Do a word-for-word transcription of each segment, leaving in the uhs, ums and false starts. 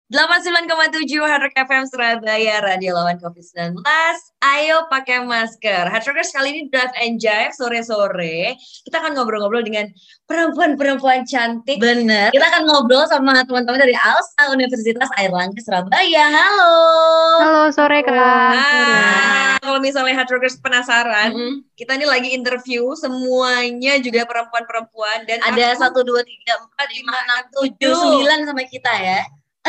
delapan puluh sembilan koma tujuh Hard Rock F M Surabaya, radio lawan covid sembilan belas. Ayo pakai masker. Hard Rockers kali ini Drive and Jive sore-sore. Kita akan ngobrol-ngobrol dengan perempuan-perempuan cantik. Bener. Kita akan ngobrol sama teman-teman dari ALSA Universitas Airlangga Surabaya. Halo. Halo, sore Kak. Nah, kalau misalnya Hard Rockers penasaran, mm-hmm. kita ini lagi interview semuanya juga perempuan-perempuan. Dan ada satu, dua, tiga, empat, lima, enam, tujuh, sembilan sama kita ya.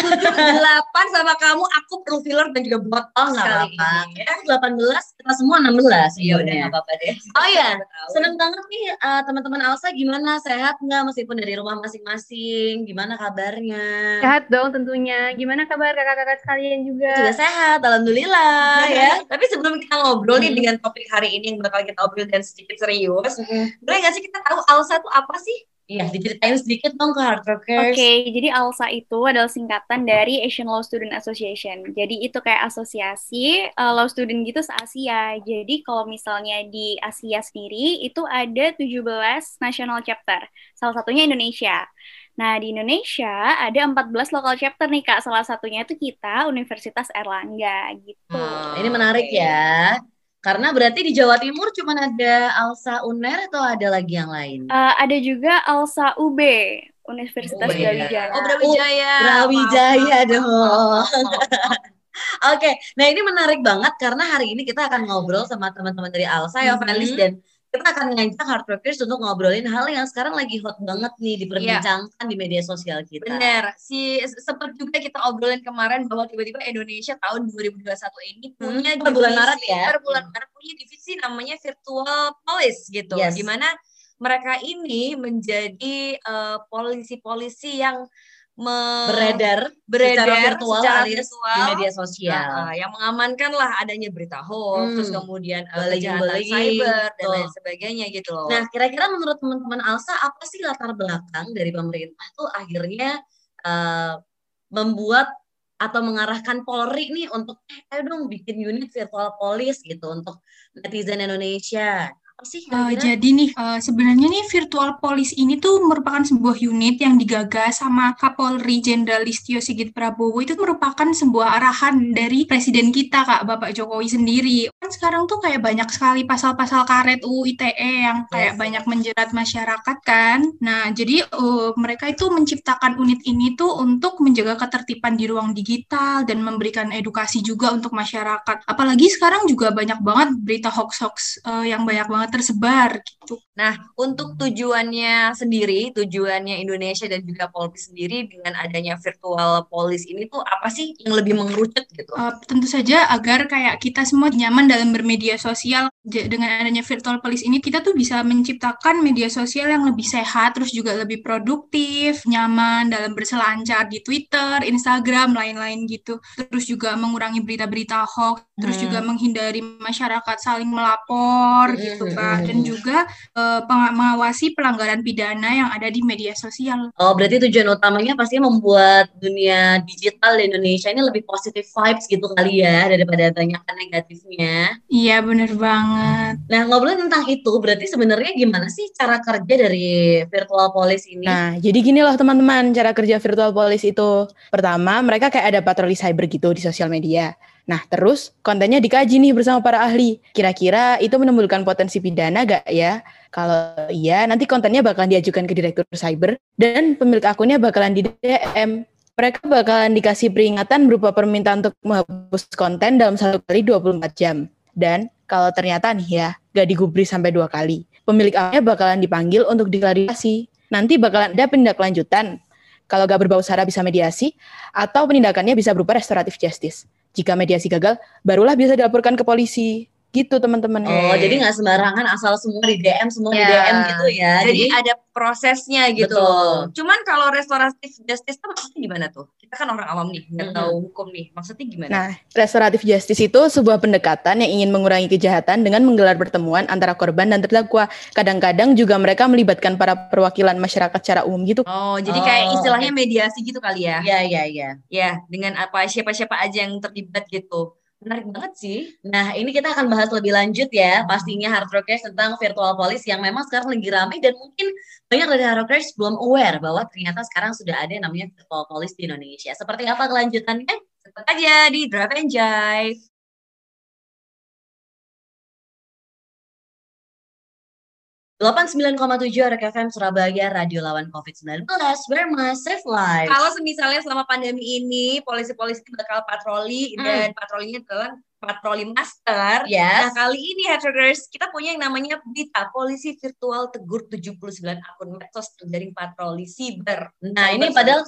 delapan sama kamu, aku perlu filler dan juga botol oh, sekali apa-apa. ini. Kita delapan belas, kita semua enam belas. Iya udah gak apa-apa deh. Oh iya, seneng banget nih uh, teman-teman ALSA, gimana? Sehat nggak meskipun dari rumah masing-masing? Gimana kabarnya? Sehat dong tentunya. Gimana kabar kakak-kakak sekalian juga? Juga sehat, alhamdulillah ya. Tapi sebelum kita ngobrol hmm. nih dengan topik hari ini yang bakal kita obrol dan sedikit serius, hmm. boleh nggak sih kita tahu ALSA itu apa sih? Iya, diceritain sedikit dong ke Hard Rockers. Oke, okay, jadi ALSA itu adalah singkatan dari Asian Law Student Association. Jadi itu kayak asosiasi uh, law student gitu se-Asia. Jadi kalau misalnya di Asia sendiri itu ada tujuh belas national chapter. Salah satunya Indonesia. Nah, di Indonesia ada empat belas local chapter nih, Kak. Salah satunya itu kita, Universitas Airlangga gitu. Hmm, ini menarik ya. Karena berarti di Jawa Timur cuma ada ALSA U N E R atau ada lagi yang lain? Uh, ada juga ALSA U B, Universitas oh, Brawijaya. Oh, Brawijaya. Oh, Brawijaya dong. Oke, okay. Nah ini menarik banget karena hari ini kita akan ngobrol sama teman-teman dari ALSA ya, mm-hmm. Felis, dan kita akan ngajak Hard Rockers untuk ngobrolin hal yang sekarang lagi hot banget nih diperbincangkan yeah. di media sosial kita. Bener, si sempat juga kita obrolin kemarin bahwa tiba-tiba Indonesia tahun dua ribu dua puluh satu ini punya hmm, per bulan Maret ya. Per bulan Maret punya divisi namanya Virtual Police gitu, yes. di mana mereka ini menjadi uh, polisi-polisi yang Me- beredar, beredar secara virtual, secara alias virtual di media sosial, nah, yang mengamankan lah adanya berita hoax, hmm. terus kemudian uh, kejahatan Bullying, cyber dan lain sebagainya gitu loh. Nah, kira-kira menurut teman-teman ALSA apa sih latar belakang dari pemerintah tuh akhirnya uh, membuat atau mengarahkan Polri nih untuk eh ayo dong bikin unit virtual police gitu untuk netizen Indonesia. Sih, uh, jadi nih uh, sebenarnya nih virtual police ini tuh merupakan sebuah unit yang digagas sama Kapolri Jenderal Listio Sigit Prabowo. Itu merupakan sebuah arahan dari Presiden kita Kak Bapak Jokowi sendiri. Kan sekarang tuh kayak banyak sekali pasal-pasal karet U U I T E yang kayak yes. banyak menjerat masyarakat kan. Nah jadi uh, mereka itu menciptakan unit ini tuh untuk menjaga ketertiban di ruang digital dan memberikan edukasi juga untuk masyarakat. Apalagi sekarang juga banyak banget berita hoax-hoax uh, yang banyak banget tersebar gitu. Nah, untuk tujuannya sendiri, tujuannya Indonesia dan juga Polri sendiri dengan adanya virtual police ini tuh apa sih yang lebih mengerucut gitu? Uh, tentu saja agar kayak kita semua nyaman dalam bermedia sosial. Dengan adanya virtual police ini kita tuh bisa menciptakan media sosial yang lebih sehat, terus juga lebih produktif, nyaman dalam berselancar di Twitter, Instagram, lain-lain gitu. Terus juga mengurangi berita-berita hoax, hmm. terus juga menghindari masyarakat saling melapor hmm. gitu Kak. Dan juga uh, peng- mengawasi pelanggaran pidana yang ada di media sosial. Oh, berarti tujuan utamanya pasti membuat dunia digital di Indonesia ini lebih positive vibes gitu kali ya, daripada banyakkan negatifnya. Iya, benar banget. Nah, ngobrolin tentang itu, berarti sebenarnya gimana sih cara kerja dari virtual police ini? Nah, jadi gini loh teman-teman, cara kerja virtual police itu. Pertama, mereka kayak ada patroli cyber gitu di sosial media. Nah, terus kontennya dikaji nih bersama para ahli. Kira-kira itu menimbulkan potensi pidana gak ya? Kalau iya, nanti kontennya bakalan diajukan ke direktur cyber dan pemilik akunnya bakalan di D M. Mereka bakalan dikasih peringatan berupa permintaan untuk menghapus konten dalam satu kali dua puluh empat jam. Dan kalau ternyata nih ya, gak digubris sampai dua kali, pemilik akunnya bakalan dipanggil untuk diklarifikasi. Nanti bakalan ada tindak lanjutan. Kalau gak berbau sara bisa mediasi, atau penindakannya bisa berupa restoratif justice. Jika mediasi gagal, barulah bisa dilaporkan ke polisi. Gitu teman-teman. Oh, jadi nggak sembarangan asal semua di D M, semua ya. di D M gitu ya. Jadi, jadi ada prosesnya gitu. Betul. Cuman kalau restoratif justice itu maksudnya gimana tuh? Kita kan orang awam nih, nggak mm-hmm. tahu hukum nih. Maksudnya gimana? Nah, restoratif justice itu sebuah pendekatan yang ingin mengurangi kejahatan dengan menggelar pertemuan antara korban dan terdakwa. Kadang-kadang juga mereka melibatkan para perwakilan masyarakat secara umum gitu. Oh, jadi oh, kayak istilahnya okay. mediasi gitu kali ya? Iya, iya, iya. Ya, dengan apa siapa-siapa aja yang terlibat gitu. Menarik banget sih. Nah, ini kita akan bahas lebih lanjut ya, pastinya Hard Rockers tentang virtual police yang memang sekarang lagi ramai dan mungkin banyak dari Hard Rockers belum aware bahwa ternyata sekarang sudah ada yang namanya virtual police di Indonesia. Seperti apa kelanjutannya? Tetap aja di Drive and Jive. delapan puluh sembilan koma tujuh R K F M Surabaya, Radio Lawan covid sembilan belas, where my safe life. Kalau semisalnya selama pandemi ini, polisi-polisi bakal patroli, Hmm. dan patrolinya adalah patroli master. Yes. Nah, kali ini Hatchers, kita punya yang namanya Bita, polisi virtual tegur tujuh puluh sembilan akun medsos terjaring patroli siber. Nah, Cyber ini padahal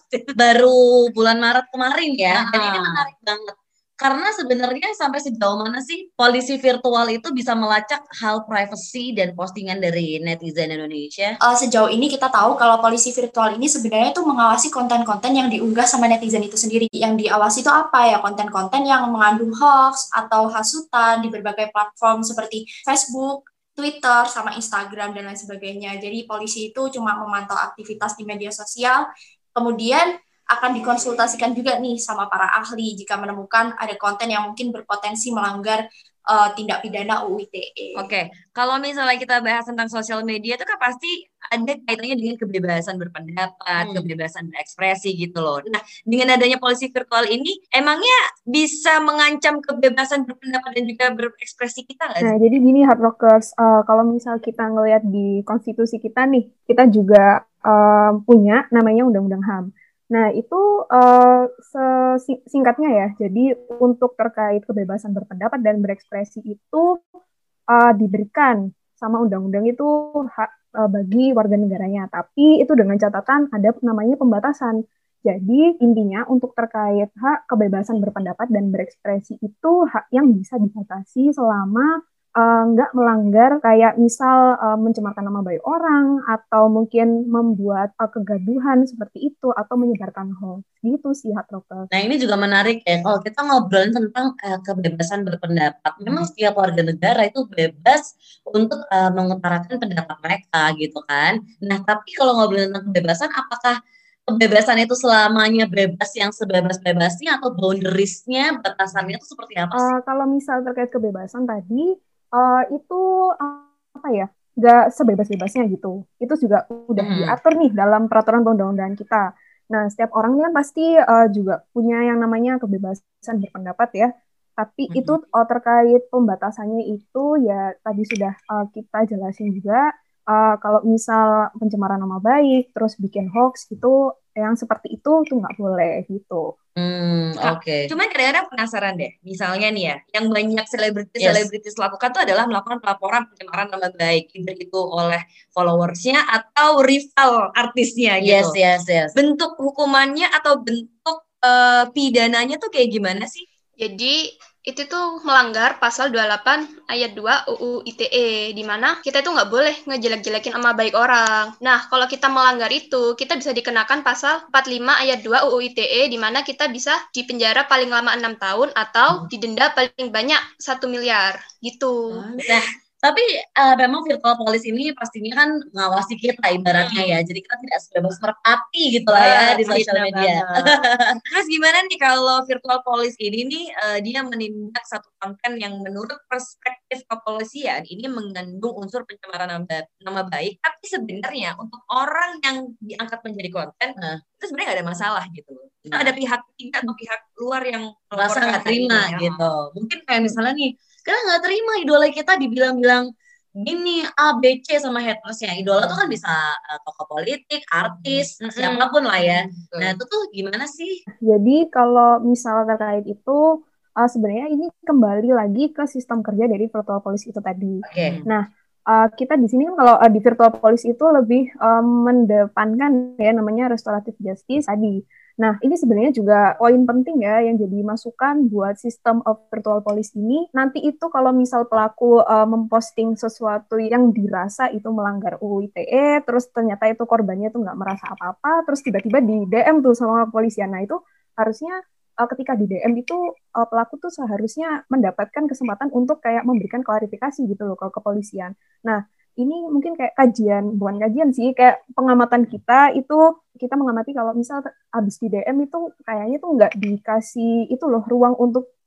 baru bulan Maret kemarin ya, dan ini Ah. menarik banget. Karena sebenarnya sampai sejauh mana sih polisi virtual itu bisa melacak hal privacy dan postingan dari netizen Indonesia? Uh, sejauh ini kita tahu kalau polisi virtual ini sebenarnya tuh mengawasi konten-konten yang diunggah sama netizen itu sendiri. Yang diawasi itu apa ya? Konten-konten yang mengandung hoax atau hasutan di berbagai platform seperti Facebook, Twitter, sama Instagram, dan lain sebagainya. Jadi polisi itu cuma memantau aktivitas di media sosial, kemudian akan dikonsultasikan juga nih sama para ahli jika menemukan ada konten yang mungkin berpotensi melanggar uh, tindak pidana U U I T E. Oke, kalau misalnya kita bahas tentang sosial media itu kan pasti ada kaitannya dengan kebebasan berpendapat, Hmm. kebebasan berekspresi gitu loh. Nah, dengan adanya polisi virtual ini, emangnya bisa mengancam kebebasan berpendapat dan juga berekspresi kita nggak Nah, sih? jadi gini Hard Rockers, uh, kalau misal kita ngelihat di konstitusi kita nih, kita juga uh, punya namanya Undang-Undang H A M. Nah, itu uh, sesi- singkatnya ya, jadi untuk terkait kebebasan berpendapat dan berekspresi itu uh, diberikan sama undang-undang itu hak uh, bagi warga negaranya, tapi itu dengan catatan ada namanya pembatasan. Jadi intinya untuk terkait hak kebebasan berpendapat dan berekspresi itu hak yang bisa dibatasi selama uh, nggak melanggar kayak misal uh, mencemarkan nama baik orang atau mungkin membuat uh, kegaduhan seperti itu atau menyebarkan hoax gitu sih Hard Rockers. Nah, ini juga menarik ya, kalau kita ngobrolin tentang uh, kebebasan berpendapat. Memang setiap warga negara itu bebas untuk uh, mengutarakan pendapat mereka gitu kan. Nah, tapi kalau ngobrolin tentang kebebasan, apakah kebebasan itu selamanya bebas yang sebebas-bebasnya atau boundaries-nya, batasannya itu seperti apa sih? Uh, kalau misal terkait kebebasan tadi, uh, itu uh, apa ya, nggak sebebas-bebasnya gitu. Itu juga udah Hmm. diatur nih dalam peraturan perundang-undangan kita. Nah, setiap orang ini kan pasti uh, juga punya yang namanya kebebasan berpendapat ya. Tapi Mhm. itu uh, terkait pembatasannya itu ya tadi sudah uh, kita jelasin juga. Uh, kalau misal pencemaran nama baik, terus bikin hoax gitu, yang seperti itu tuh nggak boleh gitu. Hmm, Kak, oke. cuman kadang-kadang penasaran deh, misalnya nih ya, yang banyak Yes. selebritis-selebritis lakukan tuh adalah melakukan pelaporan pencemaran nama baik, entah itu oleh followersnya atau rival artisnya Yes, gitu. yes, yes. Bentuk hukumannya atau bentuk eh, pidananya tuh kayak gimana sih? Jadi itu tuh melanggar pasal dua puluh delapan ayat dua U U I T E, di mana kita itu nggak boleh ngejelek-jelekin nama baik orang. Nah, kalau kita melanggar itu, kita bisa dikenakan pasal empat puluh lima ayat dua U U I T E, di mana kita bisa dipenjara paling lama enam tahun atau didenda paling banyak satu miliar, gitu. Nah, tapi uh, memang virtual police ini pastinya kan mengawasi kita ibaratnya ya. Jadi kita tidak sebebas merpati gitu lah ya Wah, di sosial fitnah media. banget. Terus gimana nih kalau virtual police ini nih eh, dia menindak satu konten yang menurut perspektif kepolisian ini mengandung unsur pencemaran nama, nama baik, tapi sebenarnya untuk orang yang diangkat menjadi konten Nah. itu sebenarnya nggak ada masalah gitu. Itu Nah. ada pihak ketiga atau pihak luar yang Merasa melaporkan nggak hal terima ini, ya. gitu. Mungkin kayak misalnya nih, kita nggak terima idola kita dibilang-bilang gini A B C sama hatersnya. Idola tuh kan bisa uh, tokoh politik, artis, Mm-mm. siapapun lah ya. Betul. Nah itu tuh gimana sih? Jadi kalau misal terkait itu, uh, sebenarnya ini kembali lagi ke sistem kerja dari virtual police itu tadi. Oke. Nah, uh, kita di sini kan kalau uh, di virtual police itu lebih um, mendepankan ya namanya restoratif justice tadi. Nah, ini sebenarnya juga poin penting ya yang jadi masukan buat sistem of virtual police ini. Nanti itu kalau misal pelaku uh, memposting sesuatu yang dirasa itu melanggar U U I T E, terus ternyata itu korbannya tuh nggak merasa apa-apa, terus tiba-tiba di D M tuh sama kepolisian. Nah, itu harusnya uh, ketika di D M itu uh, pelaku tuh seharusnya mendapatkan kesempatan untuk kayak memberikan klarifikasi gitu loh ke kepolisian. Nah, ini mungkin kayak kajian, bukan kajian sih, kayak pengamatan kita itu kita mengamati kalau misal habis di D M itu kayaknya tuh nggak dikasih itu loh ruang untuk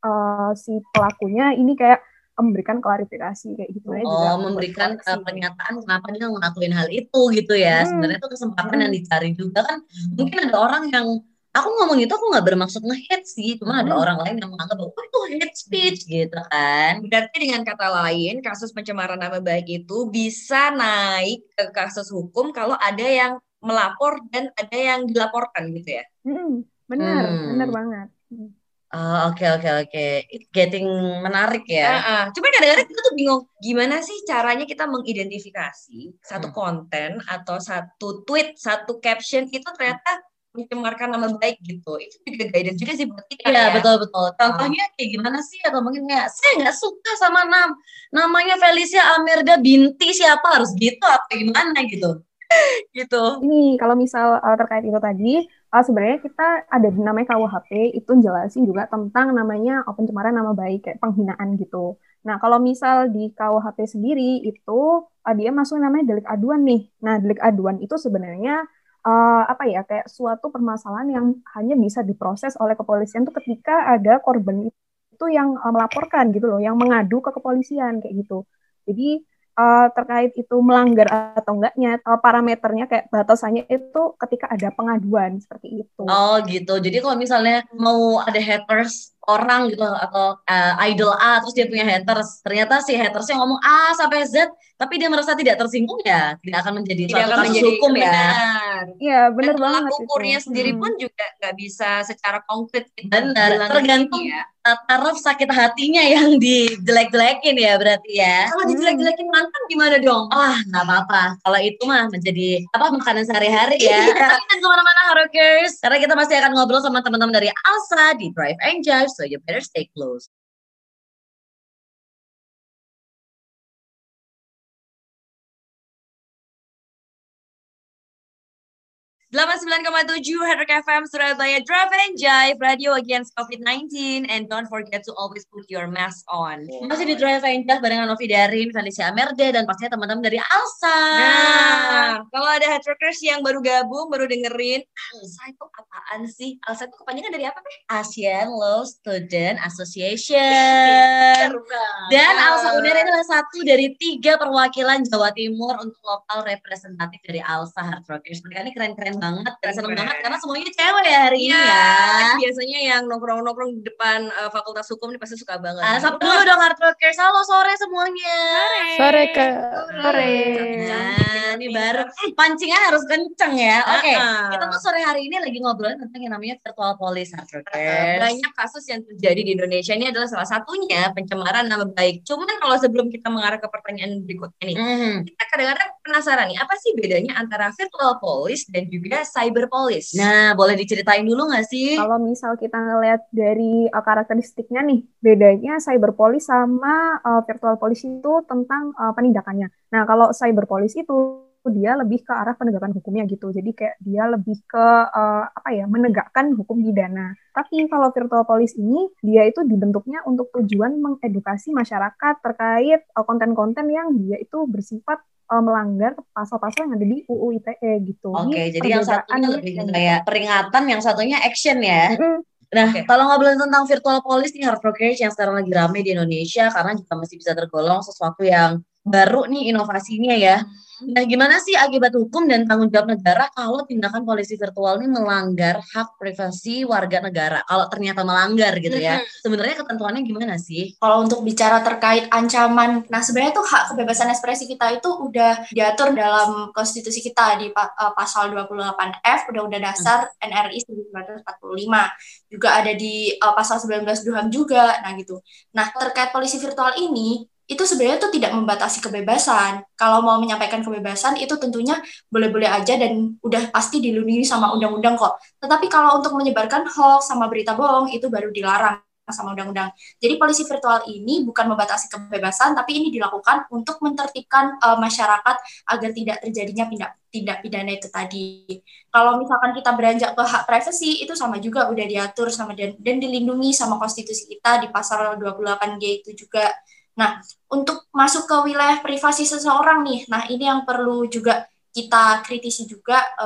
uh, si pelakunya ini kayak memberikan klarifikasi kayak gitu. Oh, juga memberikan koreksi. uh, pernyataan kenapa dia ngelakuin hal itu gitu ya. Hmm. Sebenarnya itu kesempatan Hmm. yang dicari juga kan. Mungkin ada orang yang aku ngomong itu aku nggak bermaksud nge-hate sih, cuma ada Hmm. orang lain yang menganggap bahwa oh, itu hate speech gitu kan. Berarti dengan kata lain, kasus pencemaran nama baik itu bisa naik ke kasus hukum kalau ada yang melapor dan ada yang dilaporkan gitu ya. Hmm. Benar, Hmm. benar banget. Hmm. Oh, oke oke oke. It's getting menarik ya. Uh-uh. Cuma kadang-kadang kita tuh bingung gimana sih caranya kita mengidentifikasi satu Hmm. konten atau satu tweet, satu caption itu ternyata mencemarkan nama baik gitu. Itu juga guidance juga sih buat kita Iya ya. betul betul. Contohnya kayak gimana sih atau mungkin nggak? Saya nggak suka sama nam namanya Felicia Amerda binti siapa harus gitu apa gimana gitu. Gitu. Ini kalau misal uh, terkait itu tadi, uh, sebenarnya kita ada di namanya K U H P itu jelasin juga tentang namanya uh, pencemaran nama baik kayak penghinaan gitu. Nah kalau misal di K U H P sendiri itu uh, dia masuk namanya delik aduan nih. Nah delik aduan itu sebenarnya uh, apa ya kayak suatu permasalahan yang hanya bisa diproses oleh kepolisian tuh ketika ada korban itu yang uh, melaporkan gitu loh, yang mengadu ke kepolisian kayak gitu. Jadi Uh, terkait itu melanggar atau enggaknya uh, parameternya kayak batasannya itu ketika ada pengaduan seperti itu. Oh gitu. Jadi kalau misalnya mau ada haters orang gitu atau uh, idol A terus dia punya haters, ternyata si hatersnya ngomong A sampai Z, tapi dia merasa tidak tersinggung ya tidak akan menjadi Tidak suatu akan kasus menjadi hukum ya. benar. Iya benar Dan banget tolak itu. ukurnya sendiri Hmm. pun juga nggak bisa secara konkret kita Benar. bilang Tergantung ini ya. taraf sakit hatinya yang dijelek-jelekin ya berarti ya. Kalau Hmm. dijelek-jelekin mantan gimana dong? Ah, nggak apa-apa. Kalau itu mah menjadi apa makanan sehari-hari ya. Iya. Jangan kemana-mana Harokers. Karena kita masih akan ngobrol sama teman-teman dari Alsa di Drive and Jive, so you better stay close. delapan puluh sembilan koma tujuh Hard Rock F M Surabaya, Drive and Jive, Radio Against covid nineteen, and don't forget to always put your mask on. Masih di Drive and Jive barengan Novi Darin, Felicia Amerda, dan pastinya teman-teman dari Alsa. Nah, kalau ada Hard Rockers yang baru gabung, baru dengerin, Alsa itu apaan sih? Alsa itu kepanjangan dari apa, Teh? Asian Law Student Association. Dan Alsa Uner ini adalah satu dari tiga perwakilan Jawa Timur untuk lokal representatif dari Alsa Hard Rockers. Mereka ini keren-keren banget dan seneng banget karena semuanya cewek ya hari ini Iya, ya. biasanya yang nongkrong-nongkrong di depan uh, Fakultas Hukum ini pasti suka banget. Ah, sapa dulu dong Hard Rockers. Halo sore semuanya. Sore Kak. Sore. Nah, ini baru pancingan harus kenceng ya. Oke, Uh-uh. kita tuh sore hari ini lagi ngobrolin tentang yang namanya virtual police Hard Uh, Rockers. banyak kasus yang terjadi di Indonesia ini adalah salah satunya pencemaran nama baik. Cuman kalau sebelum kita mengarah ke pertanyaan berikutnya nih, Mhm. kita kadang-kadang penasaran nih, apa sih bedanya antara virtual police dan juga cyber police? Nah, boleh diceritain dulu nggak sih? Kalau misal kita ngelihat dari uh, karakteristiknya nih, bedanya cyber police sama uh, virtual police itu tentang uh, penindakannya. Nah, kalau cyber police itu dia lebih ke arah penegakan hukumnya gitu. Jadi kayak dia lebih ke uh, apa ya, menegakkan hukum pidana. Tapi kalau virtual police ini dia itu dibentuknya untuk tujuan mengedukasi masyarakat terkait uh, konten-konten yang dia itu bersifat uh, melanggar pasal-pasal yang ada di U U I T E gitu. Oke, jadi yang satunya lebih yang kayak peringatan, yang satunya action ya. Mm-mm. Nah, Oke. kalau ngobrolin tentang virtual police nih Hard Rockers yang sekarang lagi rame di Indonesia karena juga masih bisa tergolong sesuatu yang baru nih inovasinya ya. Nah, gimana sih akibat hukum dan tanggung jawab negara kalau tindakan polisi virtual ini melanggar hak privasi warga negara? Kalau ternyata melanggar gitu ya. Sebenarnya ketentuannya gimana sih? Kalau untuk bicara terkait ancaman, nah sebenarnya tuh hak kebebasan ekspresi kita itu udah diatur dalam konstitusi kita di pa- uh, pasal dua puluh delapan F Undang-Undang Dasar N R I seribu sembilan ratus empat puluh lima. Juga ada di uh, pasal sembilan belas D U H A M juga. Nah gitu. Nah, terkait polisi virtual ini itu sebenarnya tuh tidak membatasi kebebasan. Kalau mau menyampaikan kebebasan itu tentunya boleh-boleh aja dan udah pasti dilindungi sama undang-undang kok. Tetapi kalau untuk menyebarkan hoax sama berita bohong itu baru dilarang sama undang-undang. Jadi polisi virtual ini bukan membatasi kebebasan, tapi ini dilakukan untuk menertibkan uh, masyarakat agar tidak terjadinya tindak tindak pidana itu tadi. Kalau misalkan kita beranjak ke hak privasi itu sama juga udah diatur sama dan, dan dilindungi sama konstitusi kita di pasal dua puluh delapan G itu juga. Nah, untuk masuk ke wilayah privasi seseorang nih, nah ini yang perlu juga kita kritisi juga, uh,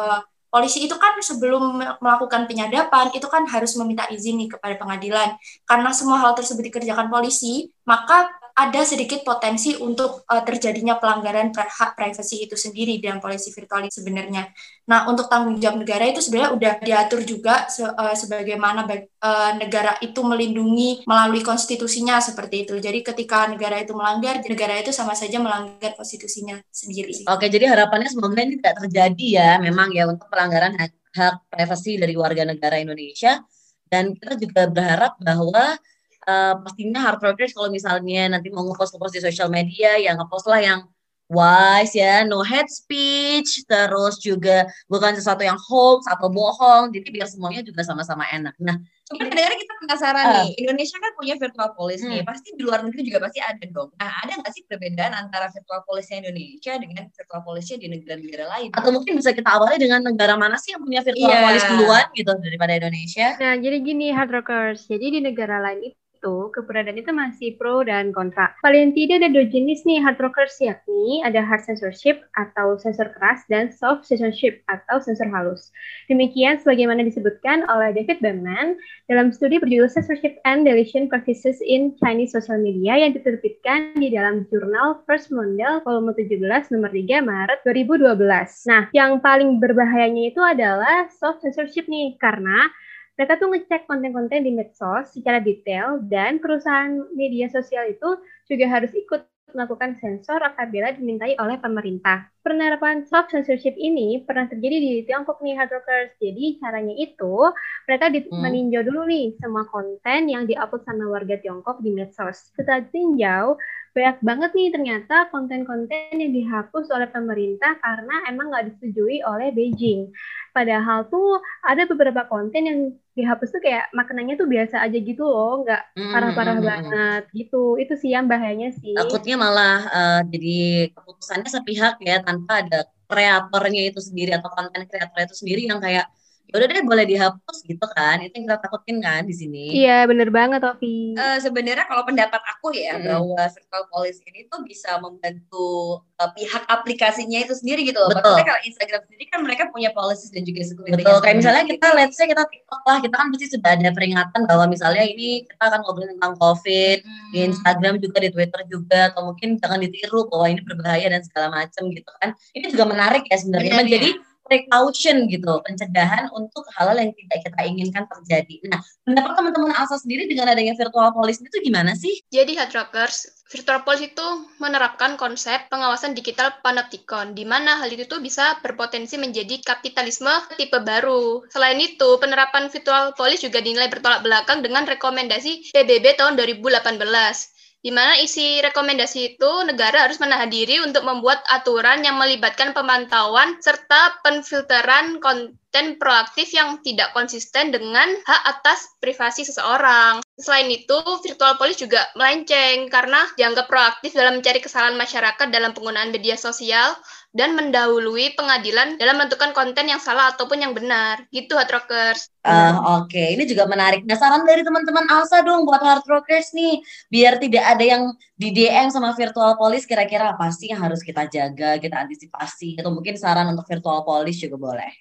polisi itu kan sebelum melakukan penyadapan itu kan harus meminta izin nih kepada pengadilan. Karena semua hal tersebut dikerjakan polisi, maka ada sedikit potensi untuk uh, terjadinya pelanggaran hak privasi itu sendiri dalam polisi virtual sebenarnya. Nah, untuk tanggung jawab negara itu sebenarnya udah diatur juga se uh, sebagaimana uh, negara itu melindungi melalui konstitusinya seperti itu. Jadi ketika negara itu melanggar, negara itu sama saja melanggar konstitusinya sendiri. Oke, jadi harapannya semoga ini tidak terjadi ya, memang ya untuk pelanggaran hak, hak privasi dari warga negara Indonesia. Dan kita juga berharap bahwa Uh, pastinya hard workers kalau misalnya nanti mau ngepost-ngepost di sosial media, ya ngepost lah yang wise ya, no hate speech, terus juga bukan sesuatu yang hoax atau bohong, jadi biar semuanya juga sama-sama enak. Nah, sebenarnya kita penasaran uh, nih, Indonesia kan punya virtual police hmm. nih, pasti di luar negeri juga pasti ada dong. Nah, ada nggak sih perbedaan antara virtual police Indonesia dengan virtual police di negara-negara lain? Atau mungkin bisa kita awali dengan negara mana sih yang punya virtual yeah. police duluan gitu daripada Indonesia? Nah, jadi gini hard rockers, jadi di negara lain itu itu keberadaan itu masih pro dan kontra. Paling tidak ada dua jenis nih hard rockers, yakni ada hard censorship atau sensor keras dan soft censorship atau sensor halus. Demikian sebagaimana disebutkan oleh David Berman dalam studi berjudul Censorship and Deletion Practices in Chinese Social Media yang diterbitkan di dalam jurnal First Mondale volume tujuh belas nomor tiga Maret dua ribu dua belas. Nah, yang paling berbahayanya itu adalah soft censorship nih, karena mereka tuh ngecek konten-konten di medsos secara detail dan perusahaan media sosial itu juga harus ikut melakukan sensor apabila dimintai oleh pemerintah. Penerapan soft censorship ini pernah terjadi di Tiongkok nih hard rockers. Jadi caranya itu mereka di- hmm. meninjau dulu nih semua konten yang diupload sama warga Tiongkok di medsos. Setelah ditinjau, banyak banget nih ternyata konten-konten yang dihapus oleh pemerintah karena emang nggak disetujui oleh Beijing. Padahal tuh ada beberapa konten yang dihapus tuh kayak maknanya tuh biasa aja gitu loh, nggak parah-parah hmm, banget gitu. Itu sih yang bahayanya sih. Takutnya malah uh, jadi keputusannya sepihak ya, tanpa ada kreatornya itu sendiri atau konten kreator itu sendiri yang kayak udah deh boleh dihapus gitu kan. Itu yang kita takutin kan di sini. Iya bener banget Ovi. Uh, sebenarnya kalau pendapat aku ya hmm. bahwa virtual police ini tuh bisa membantu uh, pihak aplikasinya itu sendiri gitu loh. Betul. Maksudnya kalau Instagram sendiri kan mereka punya policies dan juga security. Betul. Kayak misalnya kita let's say kita TikTok lah, kita kan pasti sudah ada peringatan bahwa misalnya ini kita akan ngobrol tentang COVID hmm. di Instagram juga, di Twitter juga, atau mungkin jangan ditiru bahwa ini berbahaya dan segala macam gitu kan. Ini juga menarik ya sebenarnya. Jadi precaution gitu, pencegahan untuk hal-hal yang tidak kita inginkan terjadi. Nah, pendapat teman-teman Alsa sendiri dengan adanya virtual police itu gimana sih? Jadi hard rockers, virtual police itu menerapkan konsep pengawasan digital panopticon, di mana hal itu tuh bisa berpotensi menjadi kapitalisme tipe baru. Selain itu, penerapan virtual police juga dinilai bertolak belakang dengan rekomendasi P B B tahun dua ribu delapan belas. Di mana isi rekomendasi itu negara harus menahan diri untuk membuat aturan yang melibatkan pemantauan serta penfilteran konten proaktif yang tidak konsisten dengan hak atas privasi seseorang. Selain itu, virtual police juga melenceng karena dianggap proaktif dalam mencari kesalahan masyarakat dalam penggunaan media sosial dan mendahului pengadilan dalam menentukan konten yang salah ataupun yang benar. Gitu hard rockers. Uh, Oke, okay. Ini juga menarik. Nah, saran dari teman-teman Alsa dong buat hard rockers nih, biar tidak ada yang di D M sama virtual police, kira-kira apa sih yang harus kita jaga, kita antisipasi, atau mungkin saran untuk virtual police juga boleh.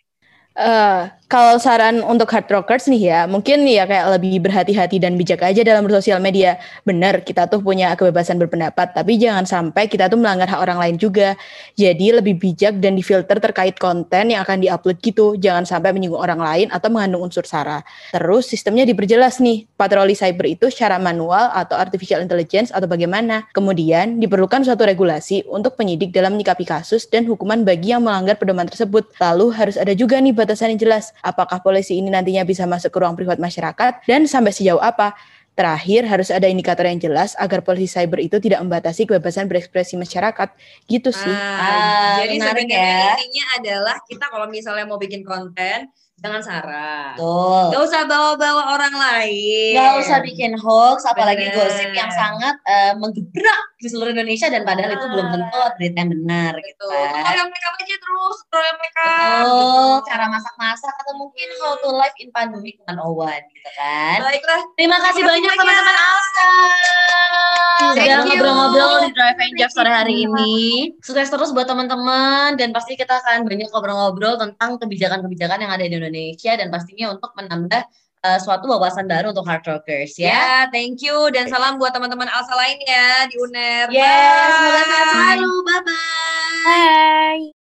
Uh, kalau saran untuk hard rockers nih ya, mungkin ya kayak lebih berhati-hati dan bijak aja dalam bersosial media. Benar, kita tuh punya kebebasan berpendapat, tapi jangan sampai kita tuh melanggar hak orang lain juga. Jadi lebih bijak dan difilter terkait konten yang akan diupload gitu. Jangan sampai menyinggung orang lain atau mengandung unsur sara. Terus sistemnya diperjelas nih, patroli cyber itu secara manual atau artificial intelligence atau bagaimana. Kemudian diperlukan suatu regulasi untuk penyidik dalam menyikapi kasus dan hukuman bagi yang melanggar pedoman tersebut. Lalu harus ada juga nih batasan yang jelas, apakah polisi ini nantinya bisa masuk ke ruang privat masyarakat dan sampai sejauh apa. Terakhir, harus ada indikator yang jelas agar polisi cyber itu tidak membatasi kebebasan berekspresi masyarakat. Gitu sih. Ah, ah, jadi sebenarnya ya. Intinya adalah kita kalau misalnya mau bikin konten, jangan sara. Betul. Gak usah bawa-bawa orang lain. Gak usah bikin hoax, apalagi bener. Gosip yang sangat uh, menggebrak di seluruh Indonesia dan padahal ah. itu belum tentu berita yang benar gitu kan. Tutorial makeup aja terus, tutorial makeup. Betul, gitu. Cara masak-masak atau mungkin how to live in pandemic seratus satu gitu kan. Baiklah. Terima kasih banyak teman-teman Alsa. Sudah Thank you. ngobrol-ngobrol di Drive and Drive sore hari ini. Sukses terus buat teman-teman dan pasti kita akan banyak ngobrol-ngobrol tentang kebijakan-kebijakan yang ada di Indonesia dan pastinya untuk menambah uh, suatu wawasan baru untuk Hard Rockers ya. Ya, thank you dan salam buat teman-teman Alsa lainnya di U N E R. Yes, semoga Bye. sehat selalu. Bye-bye. Bye.